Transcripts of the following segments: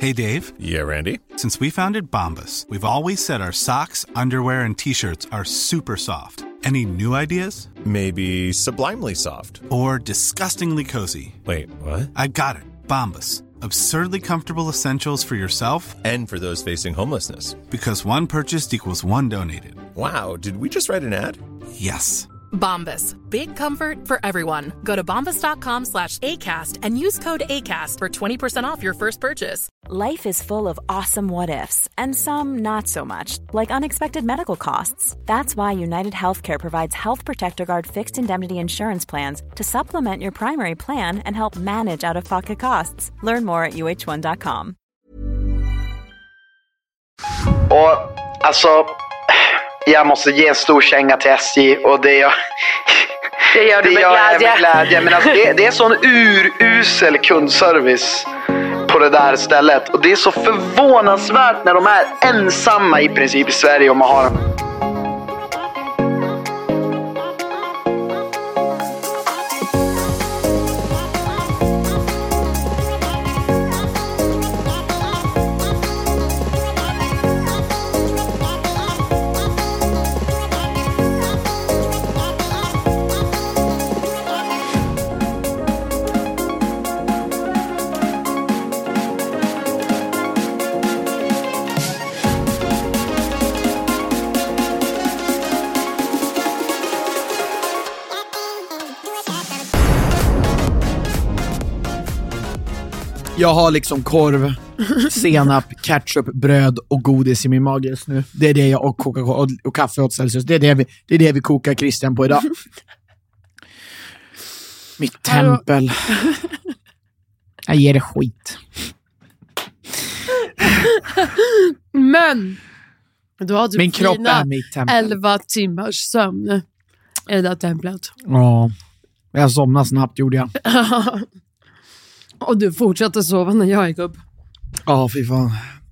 Hey, Dave. Yeah, Randy. Since we founded Bombas, we've always said our socks, underwear, and T-shirts are super soft. Any new ideas? Maybe sublimely soft. Or disgustingly cozy. Wait, what? I got it. Bombas. Absurdly comfortable essentials for yourself And for those facing homelessness. Because one purchased equals one donated. Wow, did we just write an ad? Yes. Bombas. Big comfort for everyone. Go to bombas.com/ACAST and use code ACAST for 20% off your first purchase. Life is full of awesome what-ifs, and some not so much, like unexpected medical costs. That's why United Healthcare provides Health Protector Guard fixed indemnity insurance plans to supplement your primary plan and help manage out-of-pocket costs. Learn more at uh1.com. Och alltså, jag måste ge en stor känga till SJ, och det gör du med glädje. Men alltså, det är sån urusel kundservice på det där stället. Och det är så förvånansvärt när de är ensamma i princip i Sverige om man har dem. Jag har liksom korv, senap, ketchup, bröd och godis i min mage just nu. Det är det jag, och Coca-Cola och kaffe åt Celsius. Det är det vi kokar Christian på idag. Mitt tempel. Jag ger det skit. Men du har typ min kropp är mitt tempel. 11 timmars sömn i det där templet. Ja, jag somnade snabbt gjorde jag. Och du fortsatte sova när jag gick upp. Ja, fy fan.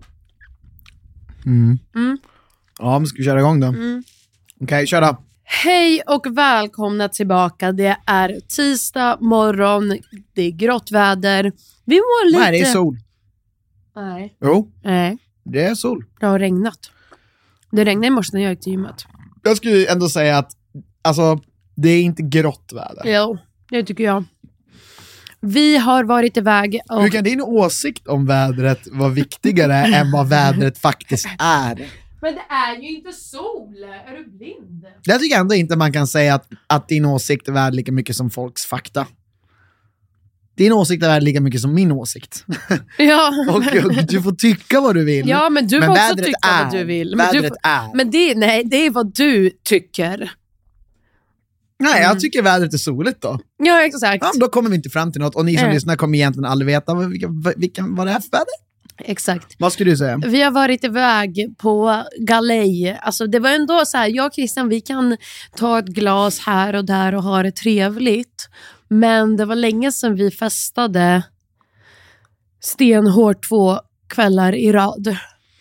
Ja, men ska vi köra igång då? Okej, kör då. Hej och välkomna tillbaka. Det är tisdag morgon. Det är grått väder. Vi mår lite... Nej, det är sol. Nej. Jo, Nej. det är sol. Det har regnat. Det regnade i morse när jag gick till gymmet. Jag skulle ändå säga att alltså, det är inte grått väder. Jo, det tycker jag. Vi har varit iväg och... Hur kan din åsikt om vädret vara viktigare än vad vädret faktiskt är? Men det är ju inte sol. Är du blind? Jag tycker ändå inte man kan säga att din åsikt är värd lika mycket som folks fakta. Din åsikt är värd lika mycket som min åsikt. Ja. och du får tycka vad du vill. Ja, men du får också tycka vad du vill. Men det är vad du tycker. Nej, jag tycker vädret är soligt då. Ja, exakt. Ja, då kommer vi inte fram till något. Och ni som lyssnar kommer egentligen aldrig veta vad det är för väder. Exakt. Vad skulle du säga? Vi har varit iväg på galej. Alltså det var ändå så här, jag och Christian, vi kan ta ett glas här och där och ha det trevligt. Men det var länge sedan vi festade stenhårt 2 kvällar i rad.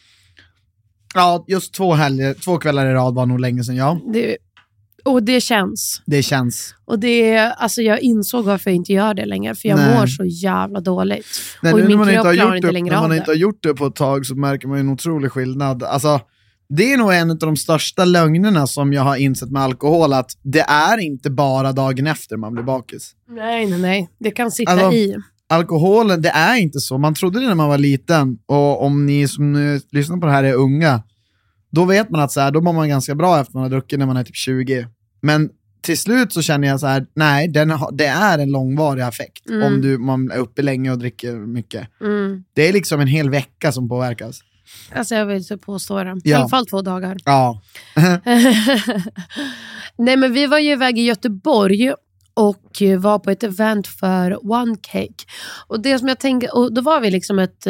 Ja, just 2 kvällar i rad var nog länge sedan, ja. Och det känns. Det känns. Och alltså jag insåg varför jag inte gör det längre. För jag mår så jävla dåligt. Nej, och nu min när kropp klarar inte längre när av man det. inte har gjort det på ett tag så märker man ju en otrolig skillnad. Alltså, det är nog en av de största lögnerna som jag har insett med alkohol. Att det är inte bara dagen efter man blir bakis. Nej. Det kan sitta i. Alkoholen, det är inte så. Man trodde det när man var liten. Och om ni som nu lyssnar på det här är unga, då vet man att så här, då mår man ganska bra efter man har druckit när man är typ 20. Men till slut så känner jag så här, nej, det är en långvarig effekt om man är uppe länge och dricker mycket. Det är liksom en hel vecka som påverkas. Alltså jag vill inte påstå det. Ja. I alla fall 2 dagar. Ja. Nej, men vi var ju iväg i Göteborg och var på ett event för One Cake. Och det som jag tänker, och då var vi liksom ett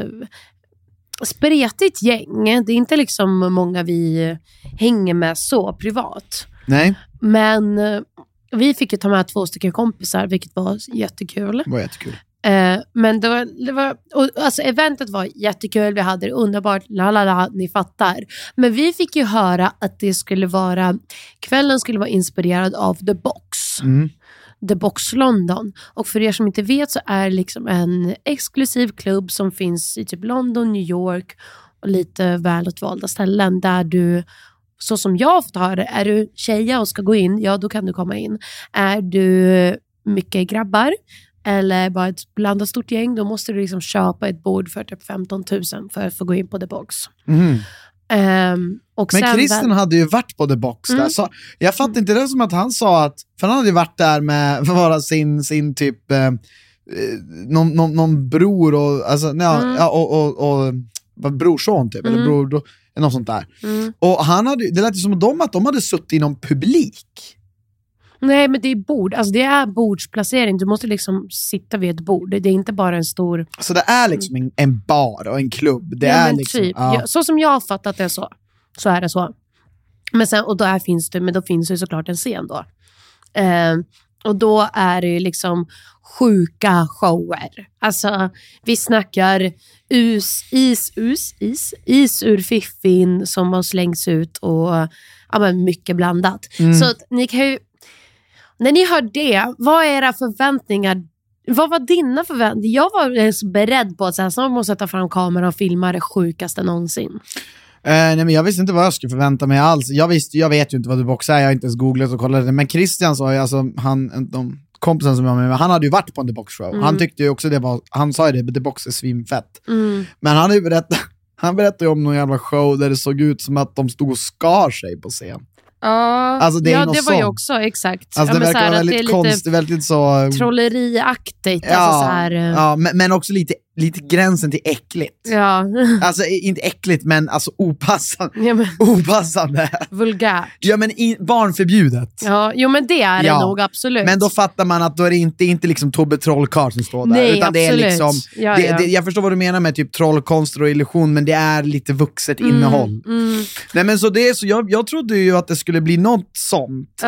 spretigt gäng. Det är inte liksom många vi hänger med så privat. Nej. Men vi fick ju ta med 2 stycken kompisar, vilket var jättekul. Det var jättekul. Men det var och, alltså eventet var jättekul, vi hade det underbart, ni fattar. Men vi fick ju höra att kvällen skulle vara inspirerad av The Box. The Box London. Och för er som inte vet så är det liksom en exklusiv klubb som finns i typ London, New York och lite välutvalda ställen där du, så som jag ofta har det, är du tjeja och ska gå in, ja då kan du komma in. Är du mycket grabbar eller bara ett blandat stort gäng, då måste du liksom köpa ett bord för typ 15 000 för att få gå in på The Box. Och men sen Christian hade ju varit på The Box där. Så jag fattar inte det som att han sa att, för han hade ju varit där med för att vara sin typ någon bror och alltså och brorson typ eller bror något sånt där. Och han hade, det lät ju som att de hade suttit i någon publik. Nej, men det är bord. Alltså det är bordsplacering. Du måste liksom sitta vid ett bord. Det är inte bara en stor... Så det är liksom en bar och en klubb. Det är liksom... Typ. Ja. Så som jag har fattat det så är det så. Men sen, och då finns det såklart en scen då. Och då är det ju liksom sjuka shower. Alltså, vi snackar is ur fiffin som har slängts ut och mycket blandat. Så att ni kan ju... När ni hör det, vad är era förväntningar? Vad var dina förväntningar? Jag var så beredd på att så här, så man måste ta fram kameran och filma det sjukaste någonsin. Nej, men jag visste inte vad jag skulle förvänta mig alls. Jag vet ju inte vad The Box är. Jag har inte ens googlat och kollat det. Men Christian sa ju, alltså de kompisen som jag var med, han hade ju varit på en The Box show. Han tyckte ju också han sa ju det, The Box är svinfett. Men han hade ju berättade ju om någon jävla show där det såg ut som att de stod och skar sig på scen. Alltså det var ju också exakt. Alltså det verkar väldigt konstigt, väldigt så trolleriaktigt. Ja, alltså så här, ja, men också lite gränsen till äckligt. Ja. Alltså inte äckligt, men alltså opassande. Ja, men, opassande. Vulgärt. Ja, men barnförbjudet. Ja, jo men det är det nog absolut. Men då fattar man att då är det inte liksom Tobbe Trollkarl som står där. Nej, utan absolut. Det är liksom Ja. jag förstår vad du menar med typ trollkonster och illusion, men det är lite vuxet innehåll. Nej, men så det är så jag trodde ju att det skulle bli något sånt.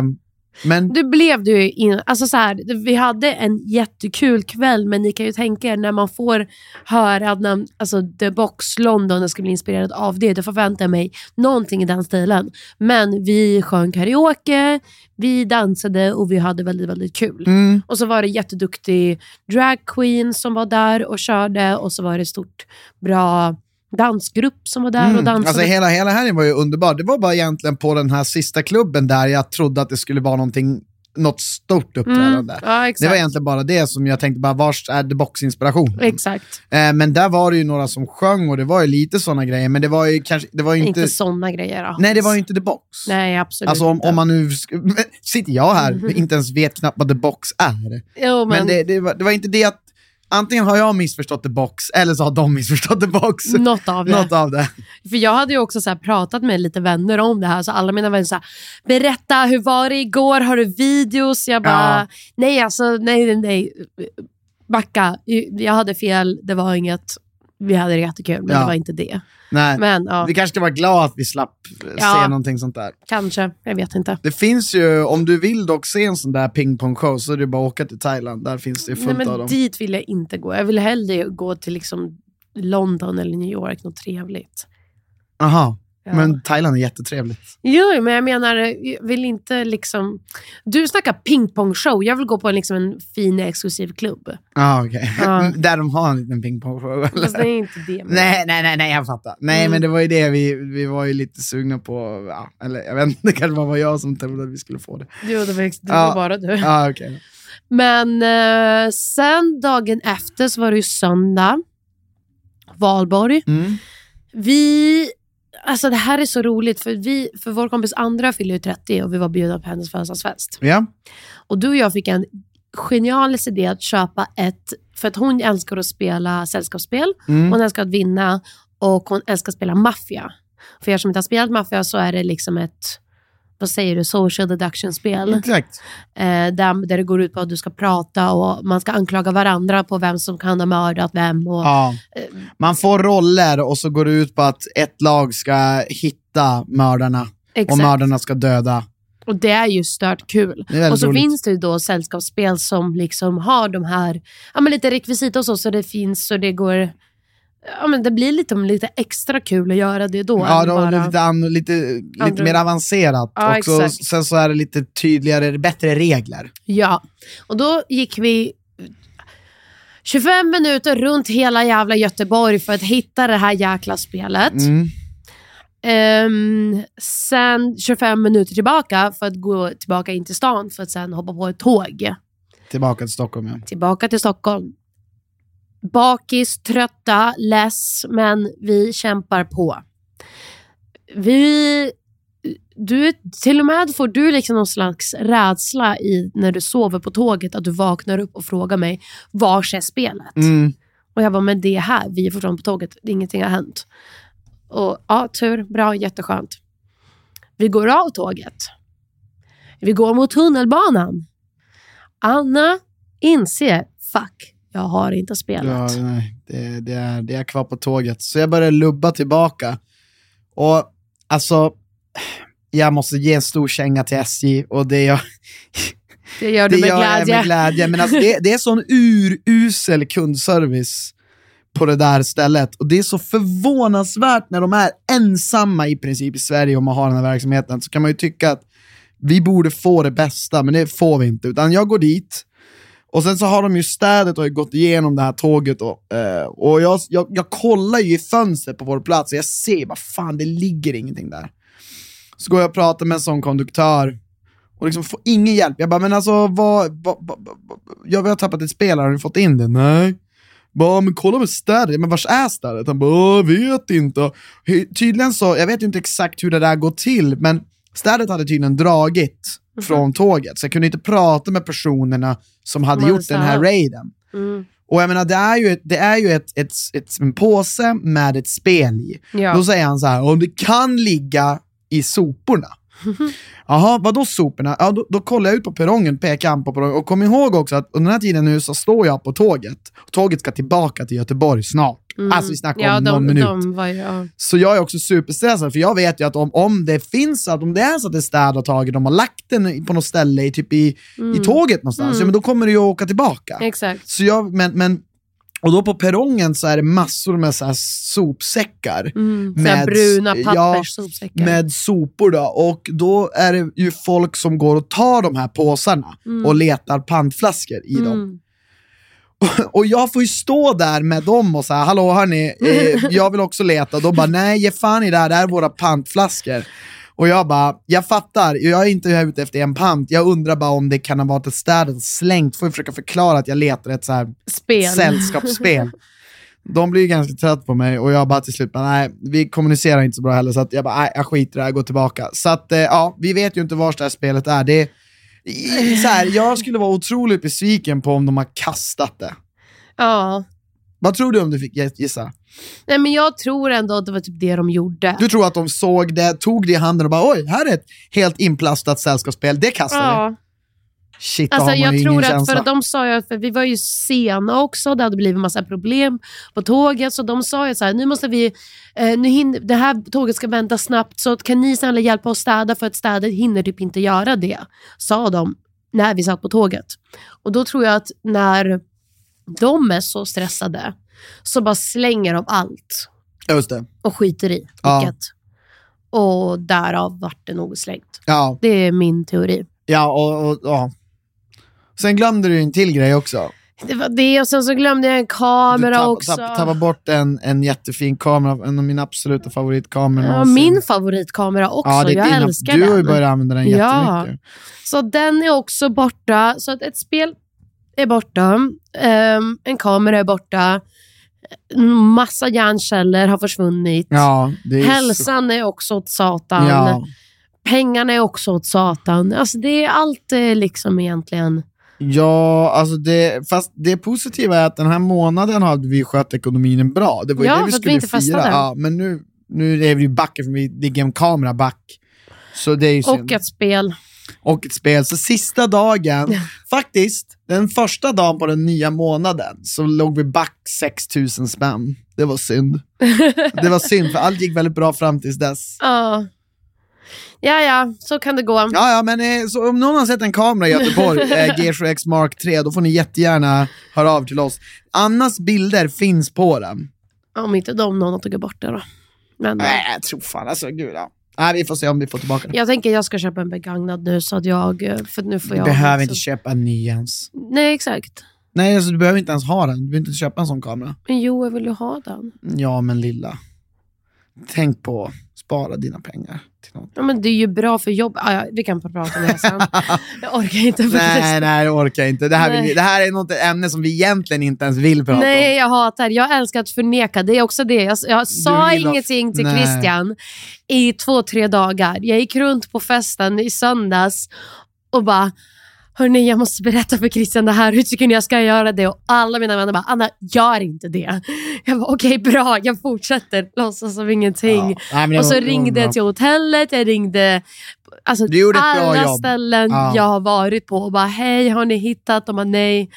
Men det blev det ju alltså så här, vi hade en jättekul kväll, men ni kan ju tänka er när man får höra att alltså The Box London ska bli inspirerad av det förväntar jag mig någonting i den stilen. Men vi sjöng karaoke, vi dansade och vi hade väldigt, väldigt kul. Och så var det jätteduktig drag queen som var där och körde, och så var det stort bra dansgrupp som var där och dansade. Alltså hela helgen var ju underbar. Det var bara egentligen på den här sista klubben där jag trodde att det skulle vara något stort uppträdande. Ja, exakt. Det var egentligen bara det som jag tänkte, bara vars är The Box-inspiration? Exakt. Men där var det ju några som sjöng och det var ju lite såna grejer, men det var ju kanske, det var ju inte såna grejer. Då. Nej, det var ju inte The Box. Nej, absolut. Alltså om man nu sitter jag här inte ens vet knappt vad The Box är. Jo, men det var inte det att antingen har jag missförstått The Box eller så har de missförstått The Box. Något av det. För jag hade ju också så här pratat med lite vänner om det här. Så alla mina vänner så här, berätta, hur var det igår? Har du videos? Jag bara, nej. Backa. Jag hade fel, det var inget. Vi hade det jättekul, men det var inte det. Nej, men, vi kanske ska vara glada att vi slapp se någonting sånt där. Kanske, jag vet inte. Det finns ju, om du vill dock se en sån där pingpong-show så är det bara att åka till Thailand. Där finns det fullt av dem. Dit vill jag inte gå. Jag vill hellre gå till liksom London eller New York, något trevligt. Aha. Ja. Men Thailand är jättetrevligt. Jo, men jag menar, jag vill inte liksom... Du snackar pingpongshow. Jag vill gå på en fin exklusiv klubb. Okej. Där de har en liten pingpongshow. Fast det är inte det. Nej, jag fattar. Nej, men det var ju det. Vi var ju lite sugna på... Ja, eller jag vet inte, det kanske var jag som trodde att vi skulle få det. Jo, det var bara du. Ja, okej. Men sen dagen efter så var det ju söndag. Valborg. Alltså det här är så roligt för vår kompis Andra fyller ju 30 och vi var bjudna på hennes födelsedagsfest. Ja. Och du och jag fick en genial idé att köpa för att hon älskar att spela sällskapsspel. Hon älskar att vinna och hon älskar att spela maffia. För er som inte har spelat maffia så är det liksom ett, vad säger du, social deduction-spel. Exakt. Där det går ut på att du ska prata och man ska anklaga varandra på vem som kan ha mördat vem. Och, man får roller och så går det ut på att ett lag ska hitta mördarna. Exakt. Och mördarna ska döda. Och det är ju stört kul. Och så roligt. Finns det ju då sällskapsspel som liksom har de här lite rekvisita och så det finns så det går... Ja, men det blir lite extra kul att göra det då. Ja, då är det lite mer avancerat. Ja, och sen så är det lite tydligare, bättre regler. Ja, och då gick vi 25 minuter runt hela jävla Göteborg för att hitta det här jäkla spelet. Sen 25 minuter tillbaka för att gå tillbaka in till stan för att sen hoppa på ett tåg. Tillbaka till Stockholm, ja. Tillbaka till Stockholm. Bakis, trötta, less, men vi kämpar på. Till och med får du liksom någon slags rädsla när du sover på tåget, att du vaknar upp och frågar mig, var är spelet? Och jag bara, men det är här, vi är fortfarande på tåget, ingenting har hänt. Och ja, tur, bra, jätteskönt. Vi går av tåget. Vi går mot tunnelbanan. Anna inser, fuck, jag har inte spelat. Ja, nej, det är kvar på tåget. Så jag börjar lubba tillbaka. Och alltså, jag måste ge en stor känga till SJ. Och det gör du med glädje. Men alltså, det är sån urusel kundservice på det där stället. Och det är så förvånansvärt när de är ensamma i princip i Sverige om man har den här verksamheten. Så kan man ju tycka att vi borde få det bästa, men det får vi inte. Utan jag går dit. Och sen så har de ju städet och har gått igenom det här tåget. Och jag kollar ju i fönstret på vår plats. Och jag ser, vad fan, det ligger ingenting där. Så går jag och pratar med en sån konduktör. Och liksom får ingen hjälp. Jag bara, men alltså, jag har tappat ett spel. Har ni fått in det? Nej. Bara, men kolla med städet. Men vars är städet? Han bara, jag vet inte. Tydligen så, jag vet ju inte exakt hur det där går till. Men städet hade tydligen dragit från tåget. Så jag kunde inte prata med personerna som hade gjort den här raiden. Och jag menar, det är ju en påse med ett spel i. Ja. Då säger han så här, om det kan ligga i soporna. Jaha, vadå soporna? Ja, då kollar jag ut på perrongen, pekar han på perrongen. Och kom ihåg också att under den här tiden nu så står jag på tåget. Tåget ska tillbaka till Göteborg snart. Alltså vi snackar om någon minut. Så jag är också superstressad, för jag vet ju att om det är så att det städat tagit, de har lagt den på något ställe i tåget någonstans, ja, men då kommer det ju att åka tillbaka. Exakt. Så och då på perrongen så är det massor med så här sopsäckar. Med bruna papperssopsäckar. Med sopor då. Och då är det ju folk som går och tar de här påsarna och letar pantflaskor i dem. Och jag får ju stå där med dem och säga, hallå hörni, jag vill också leta. Då bara, nej, ge fan i det här är våra pantflaskor. Och jag bara, jag fattar, jag är inte ute efter en pant. Jag undrar bara om det kan ha varit ett städat slängt. Får jag försöka förklara att jag letar ett så här sällskapsspel. De blir ju ganska trött på mig. Och jag bara till slut, nej, vi kommunicerar inte så bra heller. Så att jag bara, nej, jag skiter i det här, går tillbaka. Så att, ja, vi vet ju inte var det här spelet är. Det så här, jag skulle vara otroligt besviken på om de har kastat det. Ja. Vad tror du om du fick gissa? Nej, men jag tror ändå att det var typ det de gjorde. Du tror att de såg det, tog det i handen och bara, oj, här är ett helt inplastat sällskapsspel, det kastar vi. Shit, alltså jag tror att känsla. för de sa ju att vi var ju sena också, det hade blivit en massa problem på tåget, så de sa ju så här, nu måste vi det här tåget ska vänta snabbt, så kan ni snälla hjälpa oss städa, för att städet hinner typ inte göra det, sa de när vi satt på tåget. Och då tror jag att när de är så stressade så bara slänger de allt. Just det. Och skiter i vilket. Och därav vart det nog slängt. Ja. Det är min teori. Ja, och sen glömde du en till grej också. Det var det, och sen så glömde jag en kamera också. Tappa bort en jättefin kamera, en av mina absoluta favoritkameror. Ja, min favoritkamera också, ja, jag älskar den. Du har ju börjat använda den jättemycket. Så den är också borta. Så att ett spel är borta. En kamera är borta. Massa hjärnceller har försvunnit. Ja, hälsan är också åt satan. Ja. Pengarna är också åt satan. Alltså det är allt liksom egentligen. Ja, alltså fast det positiva är att den här månaden hade vi skött ekonomin bra. Det var ju det vi skulle fira. Ja, men nu är vi ju backar, för vi ligger en kamera back. Så det är ju synd. Och ett spel. Så sista dagen, faktiskt, den första dagen på den nya månaden så låg vi back 6 000 spänn. Det var synd. Det var synd, för allt gick väldigt bra fram tills dess. Ja, så kan det gå. Ja, men så om någon har sett en kamera i Göteborg, G7 X Mark 3, då får ni jättegärna höra av till oss. Annas bilder finns på den. Om inte någon har tagit bort det då. Men, nej, jag tror fan. Alltså, gud, ja. Nej, vi får se om vi får tillbaka det. Jag tänker jag ska köpa en begagnad nu så att för nu får jag... Du behöver inte köpa en ny ens. Nej, exakt. Nej, alltså, du behöver inte ens ha den. Du behöver inte köpa en sån kamera. Men jo, jag vill ju ha den. Ja, men lilla. Tänk på att spara dina pengar till något. Ja, men det är ju bra för jobb. Vi kan prata om det sen. Jag orkar inte. Nej, jag orkar inte. Det här är något ämne som vi egentligen inte ens vill prata om. Nej, jag hatar. Jag älskar att förneka. Det är också det. Jag sa ingenting till Christian i 2-3 dagar. Jag gick runt på festen i söndags och bara... Hörrni, jag måste berätta för Christian det här. Hur tycker ni jag ska göra det? Och alla mina vänner bara, Anna, gör inte det. Jag bara, okej, bra. Jag fortsätter. Låtsas som ingenting. Ja. Nej, och så ringde jag till hotellet. Jag ringde alltså, alla ställen jag har varit på. Och bara, hej, har ni hittat? De bara, nej.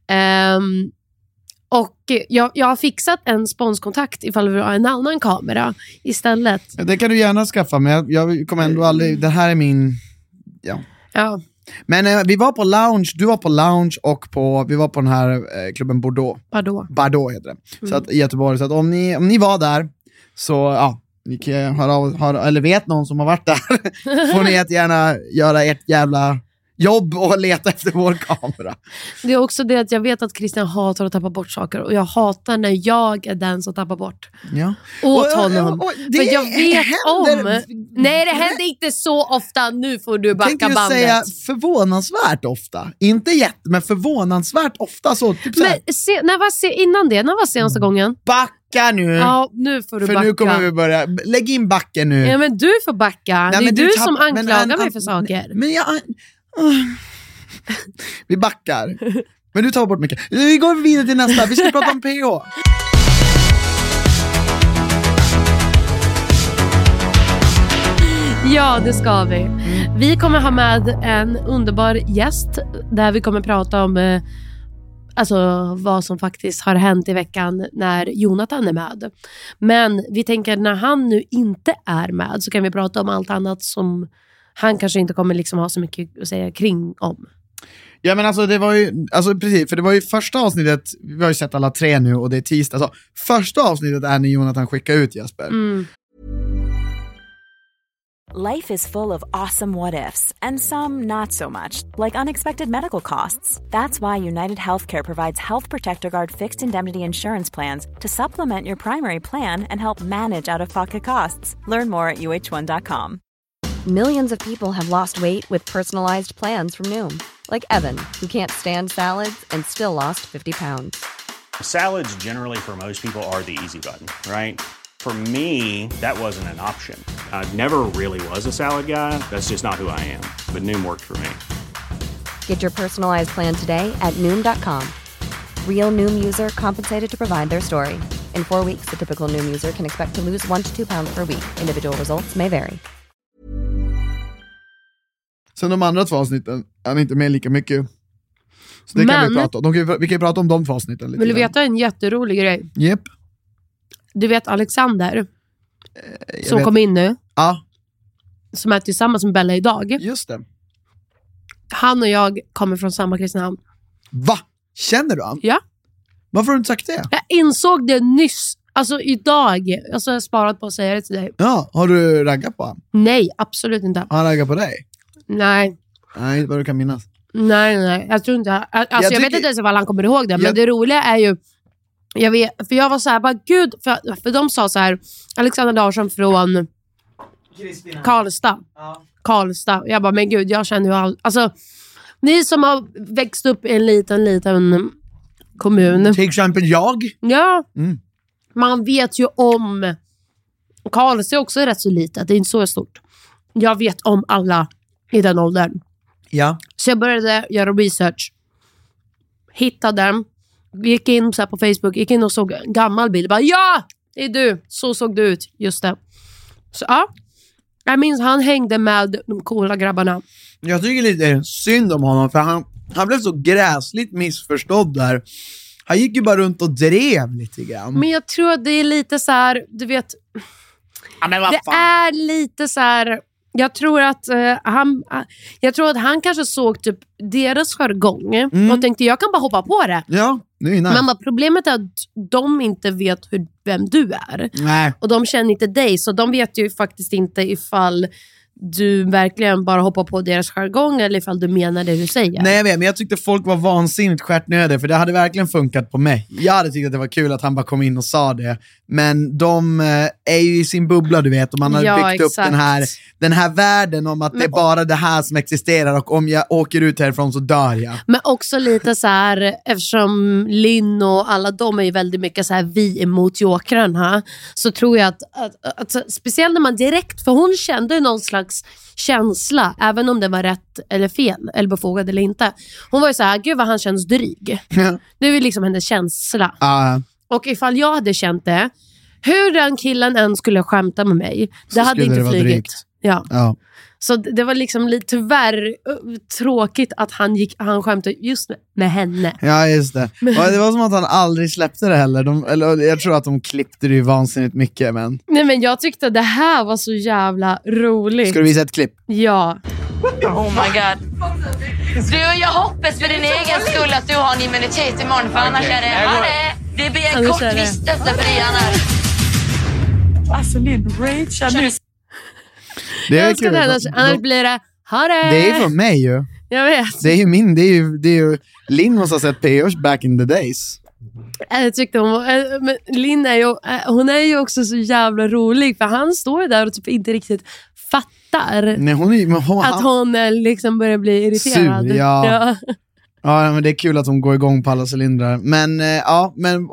Och jag har fixat en sponskontakt ifall du vill ha en annan kamera istället. Ja, det kan du gärna skaffa. Men jag kommer ändå aldrig... Det här är min... Ja. Men vi var på lounge, du var på lounge och vi var på den här klubben Bordeaux heter det. Så att, i Göteborg, så att om ni var där så ni kan eller vet någon som har varit där får ni jättegärna göra ert jävla jobb och leta efter vår kamera. Det är också det att jag vet att Christian hatar att tappa bort saker och jag hatar när jag är den som tappar bort åt honom. För jag vet om... Nej, det händer inte så ofta. Nu får du backa bandet. Tänkte säga förvånansvärt ofta. Inte men förvånansvärt ofta. Så, typ så här. Men när var senaste gången? Backa nu. Ja, nu får du backa. För nu kommer vi börja. Lägg in backen nu. Ja, men du får backa. Nej, det är du som anklagar mig för saker. Men vi backar. Men du tar bort mycket. Vi går vidare till nästa. Vi ska prata om PH. Ja, det ska vi. Vi kommer ha med en underbar gäst där vi kommer prata om vad som faktiskt har hänt i veckan när Jonathan är med. Men vi tänker när han nu inte är med så kan vi prata om allt annat som han kanske inte kommer liksom ha så mycket att säga kring om. Ja, men alltså det var ju precis, för det var ju första avsnittet, vi har ju sett alla 3 nu och det är tisdag, så första avsnittet är när Jonathan skickar ut Jesper. Life is full of awesome what ifs and some not so much, like unexpected medical costs. That's why United Healthcare provides Health Protector Guard fixed indemnity insurance plans to supplement your primary plan and help manage out-of-pocket costs. Learn more at uh1.com. Millions of people have lost weight with personalized plans from Noom. Like Evan, who can't stand salads and still lost 50 pounds. Salads generally for most people are the easy button, right? For me, that wasn't an option. I never really was a salad guy. That's just not who I am. But Noom worked for me. Get your personalized plan today at Noom.com. Real Noom user compensated to provide their story. In 4 weeks, the typical Noom user can expect to lose 1 to 2 pounds per week. Individual results may vary. Sen de andra 2 avsnitten är inte med lika mycket. Så det kan vi prata om. Vi kan ju prata om de 2 avsnitten lite. Vill du veta en jätterolig grej? Yep. Du vet Alexander som kom in nu. Ja. Som är tillsammans med Bella idag. Just det. Han och jag kommer från samma Kristinehamn. Va? Känner du han? Ja. Varför har du inte sagt det? Jag insåg det nyss. Alltså idag. Alltså jag har sparat på att säga det till dig. Ja, har du raggat på han? Nej, absolut inte. Har han raggat på dig? Nej. Nej, vad du kan minnas. Nej. Jag tror inte. Alltså jag vet inte ens ifall han kommer ihåg det. Men det roliga är ju. Jag vet, för jag var så här, bara gud. För de sa så här. Alexander Larsson från Karlstad. Ja. Karlstad. Jag bara, men gud, jag känner ju alltså, ni som har växt upp i en liten kommun. Till exempel jag. Ja. Man vet ju om. Karlstad är också rätt så litet. Det är inte så stort. Jag vet om alla i den åldern. Ja. Så jag började göra research. Hittade dem. Gick in så här på Facebook. Gick in och såg en gammal bild. Bara, ja, det är du. Så såg du ut. Just det. Så ja. Jag minns han hängde med de coola grabbarna. Jag tycker lite synd om honom. För han blev så gräsligt missförstådd där. Han gick ju bara runt och drev lite grann. Men jag tror att det är lite så här. Du vet. Ja, men vad fan? Det är lite så här. Jag tror att han kanske såg typ deras jargong och tänkte jag kan bara hoppa på det. Ja. det är ju nice. Men problemet är att de inte vet vem du är. Nej. Och de känner inte dig, så de vet ju faktiskt inte ifall du verkligen bara hoppar på deras jargong eller ifall du menar det du säger. Nej, jag vet, men jag tyckte folk var vansinnigt stjärtnödiga, för det hade verkligen funkat på mig. Jag hade tyckt att det var kul att han bara kom in och sa det, men de är ju i sin bubbla, du vet, och man har byggt upp den här världen om att det är bara det här som existerar, och om jag åker ut härifrån så dör jag. Men också lite så här, eftersom Linn och alla de är ju väldigt mycket så här vi emot jokrarna, så tror jag att speciellt när man direkt, för hon kände ju någon slags känsla, även om det var rätt eller fel eller befogad eller inte. Hon var ju så här, gud vad han känns dryg. Det är ju liksom hennes känsla. Och ifall jag hade känt det, hur den killen än skulle skämta med mig, det hade inte flugit. Ja. Så det var liksom lite tyvärr tråkigt att han skämtade just med henne. Ja, just det. Och det var som att han aldrig släppte det heller. Jag tror att de klippte det ju vansinnigt mycket. Men... Nej, men jag tyckte det här var så jävla roligt. Ska du visa ett klipp? Ja. Oh my god. Du, jag hoppas för din egen skull att du har en immunitet imorgon, för annars är det blir en kort vistelse för dig annars. Alltså Linn, Rachel. Det är kul. Annars blir det Det är från mig ju. Jag vet. Det är ju min, det är ju Linn måste ha sett POs back in the days. Jag tyckte men Linn hon är ju också så jävla rolig, för han står ju där och typ inte riktigt fattar. Nej, att hon liksom börjar bli irriterad. Sur, ja, men det är kul att hon går igång på alla cylindrar. Men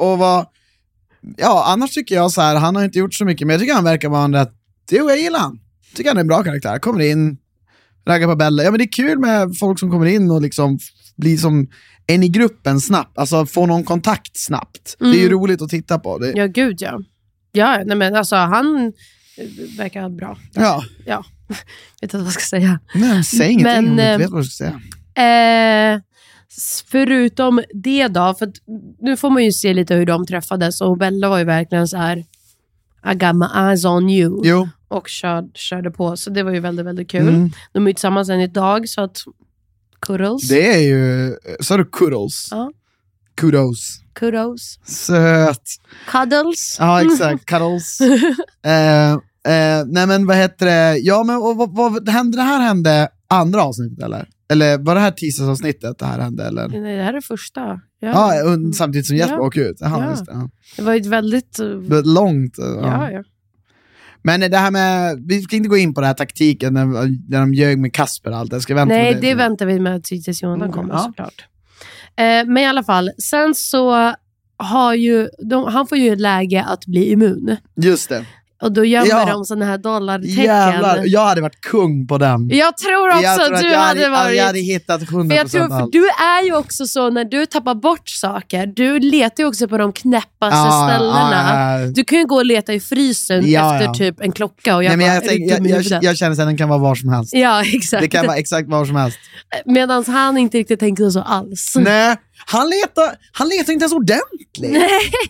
annars tycker jag så här, han har inte gjort så mycket, men jag tycker han verkar vara en rätt, jag gillar han. Tycker han är en bra karaktär. Kommer in, raggar på Bella. Ja, men det är kul med folk som kommer in och liksom blir som en i gruppen snabbt. Alltså få någon kontakt snabbt. Det är ju roligt att titta på. Det... Ja, gud ja. Ja, nej, men alltså han verkar bra. Ja. Vet inte vad jag ska säga. Nej, säg ingenting om du inte vet vad du ska säga. Förutom det då, för nu får man ju se lite hur de träffades, och Bella var ju verkligen så här I got my eyes on you. Jo. Och körde på, så det var ju väldigt, väldigt kul. De är ju tillsammans än idag, så att kudos. Det är ju, så är det kudos. Ja. Kudos. Söt. Cuddles. Ja, exakt. Cuddles. Nej, men vad heter det? Ja, men vad hände? Det här hände andra avsnittet, eller? Eller var det här tisdagsavsnittet det här hände, eller? Nej, det här är första. Ja, samtidigt som Jesper åker ut. Aha, just det, ja. Det var ju väldigt långt. Ja. Men det här med, vi ska inte gå in på den här taktiken när de ljög med Kasper och allt. Jag ska vänta. Nej, det väntar vi med tills Jonathan kommer, såklart. Men i alla fall, sen så har ju han får ju ett läge att bli immun. Just det. Och då gömmer de sådana här dollartecken. Jävlar, jag hade varit kung på den. Jag tror också att du hade varit... Jag hade hittat 100% för jag tror, för du är ju också så, när du tappar bort saker, du letar ju också på de knäppaste ställena. Du kan ju gå och leta i frysen efter typ en klocka. Och jag känner att den kan vara var som helst. Ja, exakt. Det kan vara exakt var som helst. Medan han inte riktigt tänkte så alls. Nej, han letar inte ens ordentligt. Nej.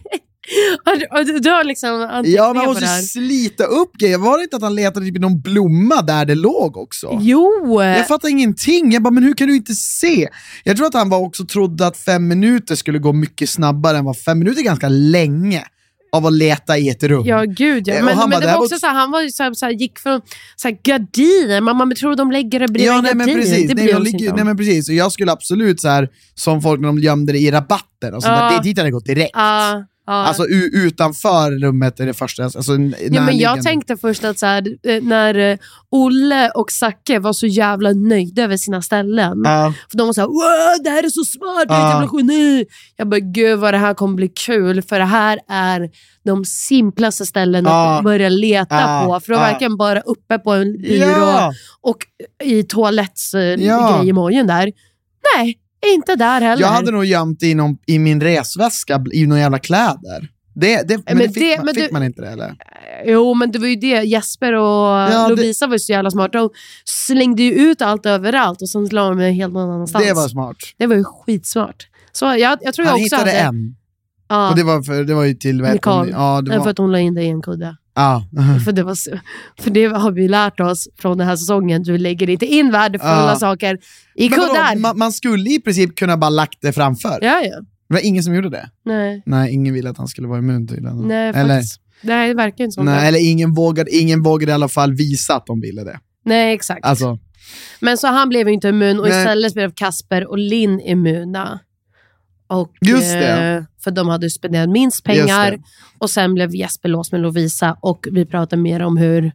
Och du har liksom... Ja, man måste slita upp grejer. Var det inte att han letade typ någon blomma där det låg också? Jo! Jag fattar ingenting. Jag bara, men hur kan du inte se? Jag tror att han också trodde att 5 minuter skulle gå mycket snabbare än vad 5 minuter är ganska länge av att leta i ett rum. Ja, gud. Ja. Men det var också så här, han var ju så här, gick från så här, gardiner. Man tror de lägger det bredvid gardiner. Men precis. Nej, men precis. Och jag skulle absolut så här, som folk när de gömde det i rabatten och så där, dit hade det gått direkt. Alltså utanför rummet är det första. Alltså, men jag tänkte först att så här, när Olle och Zacke var så jävla nöjda över sina ställen. För de var så här, wow, det här är så smart, det är jävla geni. Jag bara, gud vad det här kommer bli kul. För det här är de simplaste ställen att börja leta på. För de verkligen bara uppe på en byrå och i toalettsgrej i morgon där. Nej, inte där heller. Jag hade nog gömt i min resväska i några jävla kläder. Men fick man inte det, eller? Jo, men det var ju det. Jesper och Lovisa var ju så jävla smart. De slängde ju ut allt överallt och sen la de en helt någon annanstans. Det var smart. Det var ju skitsmart. Så jag tror jag också hittade en. Ja. Och det var ju till Nicole. För att hon la in det i en kudde. Ja. För det har vi lärt oss från den här säsongen. Du lägger inte in värdefulla saker i kuddar. Man skulle i princip kunna bara lagt det framför. Ja. Det var ingen som gjorde det. Nej, ingen ville att han skulle vara immun till den. Nej, eller, faktiskt. Nej, det verkar inte som nej, det. eller ingen vågade i alla fall visa att de ville det. Nej, exakt. Alltså. Men så han blev ju inte immun och Nej. istället blev Kasper och Linn immuna. Och, Just det. för de hade spenderat minst pengar. Och sen blev Jesper låst med Lovisa. Och vi pratar mer om hur...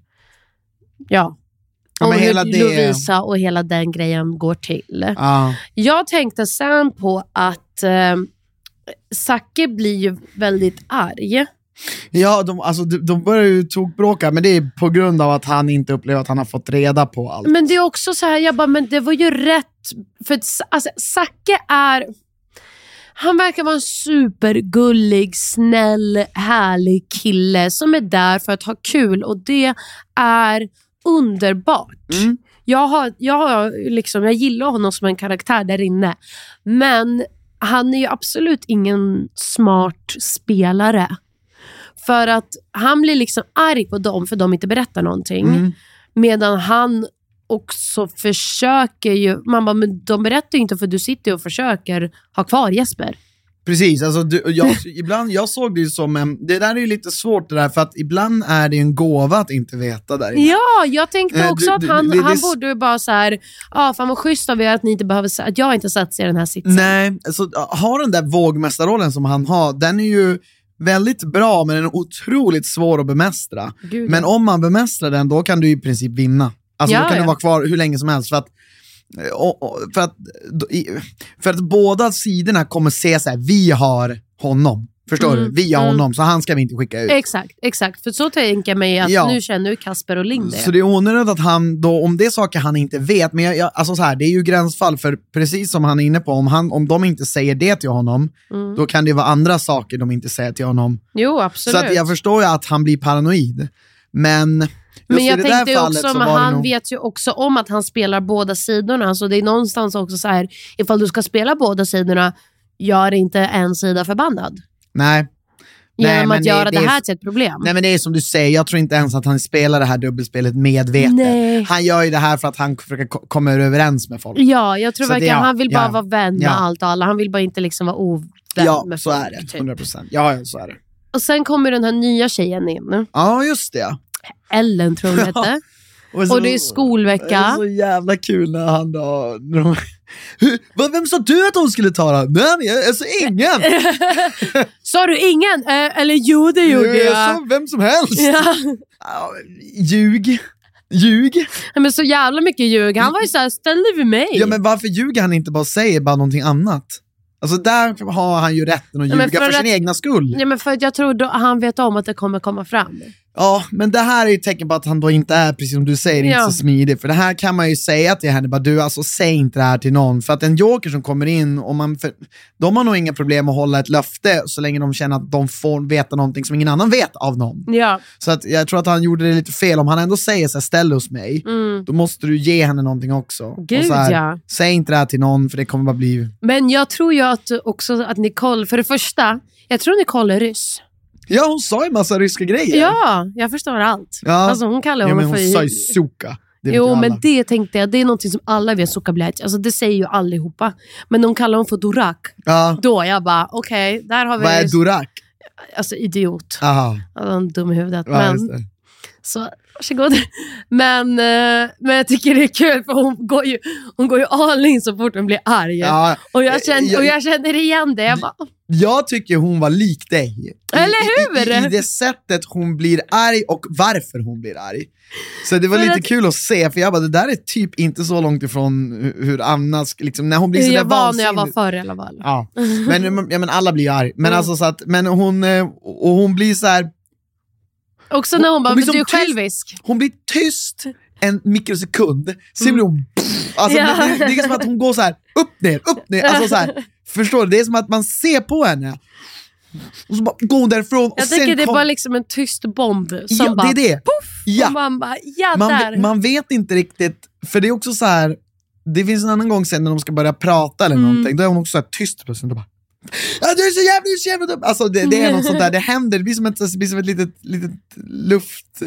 om hur hela det... Lovisa och hela den grejen går till. Ah. Jag tänkte sen på att Zacke blir ju väldigt arg. Ja, de börjar ju tokbråka, men det är på grund av att han inte upplever att han har fått reda på allt. Men det är också så här, jag bara, men det var ju rätt. För alltså, Zacke han verkar vara en supergullig, snäll, härlig kille som är där för att ha kul. Och det är underbart. Jag gillar honom som en karaktär där inne. Men han är ju absolut ingen smart spelare. För att han blir liksom arg på dem för de inte berättar någonting. Medan han också försöker ju... Man bara, men de berättar ju inte för du sitter och försöker ha kvar Jesper. Precis, alltså ibland jag såg det ju som det där är ju lite svårt det där, för att ibland är det en gåva att inte veta där inne. Ja, jag tänkte också att han borde ju bara så här, fan vad schysst av er att ni inte behöver, att jag inte satt sig i den här sitsen. Nej, alltså har den där vågmästarrollen som han har, den är ju väldigt bra, men den är otroligt svår att bemästra. Gud, men om man bemästrar den, då kan du i princip vinna. Alltså då kan du vara kvar hur länge som helst, för att båda sidorna kommer se så här: vi har honom, förstår du? Vi har honom, så han ska vi inte skicka ut. Exakt, för så tänker jag mig att nu känner Kasper och Linn det. Så det är onödigt att han då, om det är saker han inte vet, men alltså så här, det är ju gränsfall, för precis som han är inne på, om de inte säger det till honom, då kan det vara andra saker de inte säger till honom. Jo, absolut. Så att jag förstår ju att han blir paranoid, men jag tänkte ju också, men han vet ju också om att han spelar båda sidorna. Så det är någonstans också så här, ifall du ska spela båda sidorna, gör inte en sida förbannad. Nej. Genom att göra det här till ett problem. Nej, men det är som du säger, jag tror inte ens att han spelar det här dubbelspelet medvetet. Nej. Han gör ju det här för att han försöker komma överens med folk. Ja, jag tror verkligen han vill bara vara vän med allt och alla. Han vill bara inte liksom vara ovän med folk. Ja, så är det. 100%. Ja, så är det. Och sen kommer den här nya tjejen in. Ja, just det. Ellen tror hon hette. Och det är skolvecka. Det är så jävla kul när han då... Vem sa du att hon skulle ta den? Nej, alltså ingen. Sa du ingen? Eller jo, det gjorde jag. Jag sa vem som helst. Ljug. Men så jävla mycket ljug. Han var ju såhär, ställ dig vid mig. Ja, men varför ljuger han inte bara och säger bara någonting annat? Alltså där har han ju rätten att ljuga för sin egna skull. Ja, men för att jag tror då han vet om att det kommer komma fram. Ja, men det här är ju ett tecken på att han då inte är, precis som du säger, inte så smidig. För det här kan man ju säga till henne, bara du, alltså säg inte det här till någon. För att en joker som kommer in, de har nog inga problem att hålla ett löfte så länge de känner att de får veta någonting som ingen annan vet av någon. Ja. Så att jag tror att han gjorde det lite fel. Om han ändå säger så här, ställ hos mig, då måste du ge henne någonting också. Gud, och så här, säg inte det här till någon, för det kommer bara bli... Men jag tror ju att Nicole, för det första, jag tror Nicole är ryss. Ja, hon sa ju massa ryska grejer. Ja, jag förstår allt. Ja. Alltså hon kallar honom hon sa ju suka. Jo, men det tänkte jag, det är något som alla vet, suka blять. Alltså det säger ju allihopa. Men de kallar honom för Dorak. Ja. Då jag bara, okej, där har vi... Vad är Dorak? Alltså idiot. Aha. Alltså en dum i huvudet. Ja, men så, varsågod. Men jag tycker det är kul, för hon går ju all in så fort hon blir arg. Ja, och jag känner igen det. Jag tycker hon var lik dig. Eller hur? I det sättet hon blir arg och varför hon blir arg. Så det var lite kul att se, för jag bara, det där är typ inte så långt ifrån hur Anna liksom, när hon blir så där vansinnig. Jag var förr i alla fall. Ja. Men alla blir arg. Men alltså så att, men hon blir så här. Också när hon bara, men du är självisk. Hon blir tyst en mikrosekund. Sen blir hon... Alltså, det är som att hon går så här upp ner. Alltså så här, förstår du? Det är som att man ser på henne. Och så bara går hon därifrån. Jag tänker det är bara liksom en tyst bomb. Som bara, det är det. Puff, ja. Och man bara, man vet inte riktigt. För det är också så här. Det finns en annan gång sen när de ska börja prata eller någonting. Då är hon också så här tyst plötsligt. Bara, ja, du är så jävla dum. Alltså det är något sånt där. Det händer. Det blir som ett litet luft...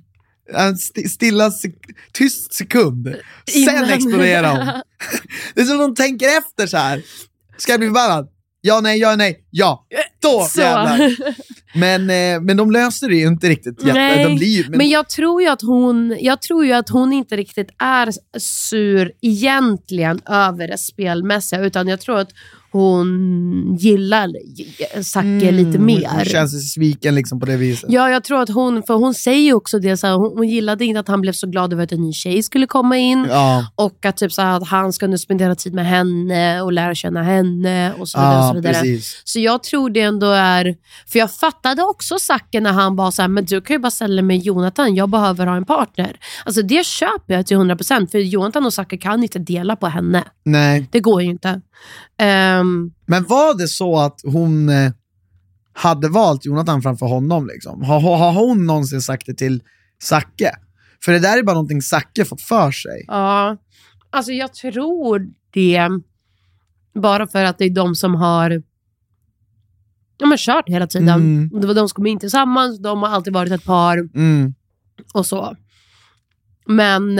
en stilla tyst sekund. Sen exploderar hon. Det är som de tänker efter så här. Ska jag bli förbannad? Då Så. jävlar. Men de löser det ju inte riktigt. Nej, De blir, men jag tror ju att hon inte riktigt är sur egentligen över det spelmässiga, utan jag tror att hon gillar Zacke lite mer. Hon känns sviken liksom på det viset. Ja, jag tror att hon säger ju också det så här, hon gillade inte att han blev så glad över att en ny tjej skulle komma in, och att typ så här, att han ska nu spendera tid med henne och lära känna henne och så vidare, och så vidare. Precis. Så jag tror det ändå är, för jag fattade också Zacke när han bara så här, men du kan ju bara ställa med Jonathan, jag behöver ha en partner. Alltså det köper jag till 100%, för Jonathan och Zacke kan inte dela på henne. Nej. Det går ju inte. Men var det så att hon hade valt Jonathan framför honom liksom? Har hon någonsin sagt det till Zacke? För det där är bara någonting Zacke fått för sig. Ja, alltså jag tror det, bara för att det är de som har kört hela tiden. Det var de som kom in tillsammans, de har alltid varit ett par och så. Men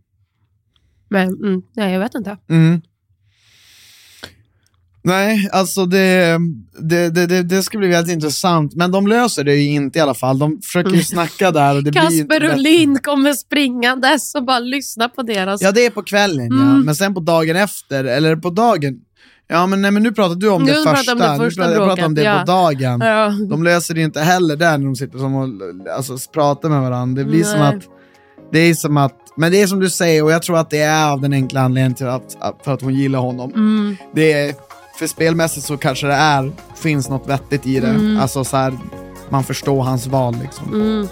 nej, jag vet inte. Nej, alltså det ska bli väldigt intressant. Men de löser det ju inte i alla fall. De försöker ju snacka där och det blir ju inte Kasper och Linn kommer springandes och bara lyssna på deras. Ja, det är på kvällen, ja. Men sen på dagen efter, eller på dagen. Ja, men nej, men nu pratar du om det första. Jag pratar om det på dagen. Ja. De löser det inte heller där när de sitter som och alltså, pratar med varandra. Det blir som att men det är som du säger, och jag tror att det är av den enkla anledningen till för att hon gillar honom. Det är, för spelmässigt så kanske det finns något vettigt i det. Alltså så här, man förstår hans val liksom.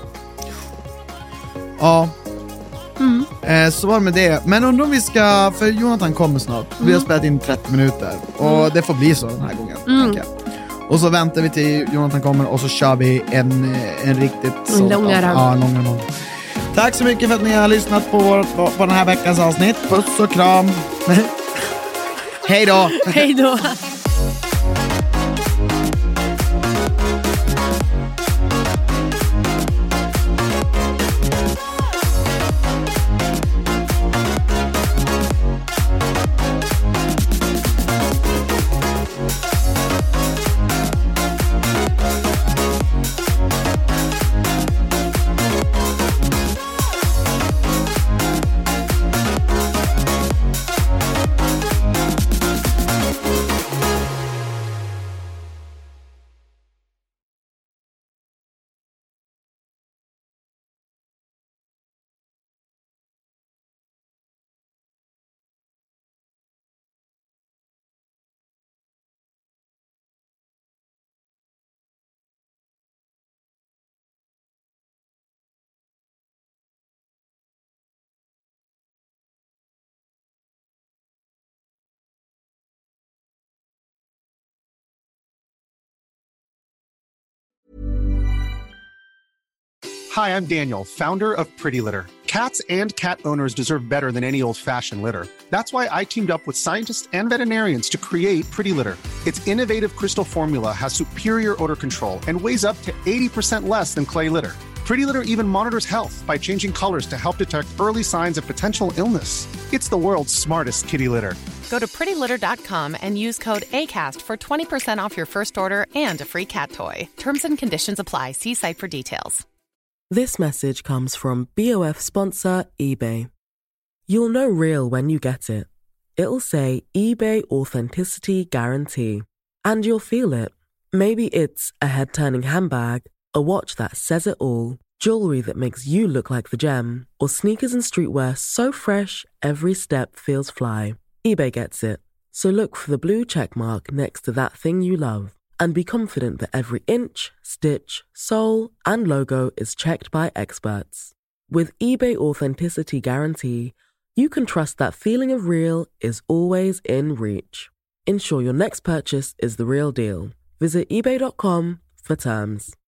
Ja. Så var det med det. Men undrar om vi ska, för Jonathan kommer snart. Vi har spelat in 30 minuter och det får bli så den här gången. Och så väntar vi till Jonathan kommer och så kör vi en riktigt långare. Tack så mycket för att ni har lyssnat på den här veckans avsnitt. Puss och kram. Hej då. Hej då. Hi, I'm Daniel, founder of Pretty Litter. Cats and cat owners deserve better than any old-fashioned litter. That's why I teamed up with scientists and veterinarians to create Pretty Litter. Its innovative crystal formula has superior odor control and weighs up to 80% less than clay litter. Pretty Litter even monitors health by changing colors to help detect early signs of potential illness. It's the world's smartest kitty litter. Go to prettylitter.com and use code ACAST for 20% off your first order and a free cat toy. Terms and conditions apply. See site for details. This message comes from BOF sponsor eBay. You'll know real when you get it. It'll say eBay Authenticity Guarantee. And you'll feel it. Maybe it's a head-turning handbag, a watch that says it all, jewelry that makes you look like the gem, or sneakers and streetwear so fresh every step feels fly. eBay gets it. So look for the blue check mark next to that thing you love. And be confident that every inch, stitch, sole, and logo is checked by experts. With eBay Authenticity Guarantee, you can trust that feeling of real is always in reach. Ensure your next purchase is the real deal. Visit eBay.com for terms.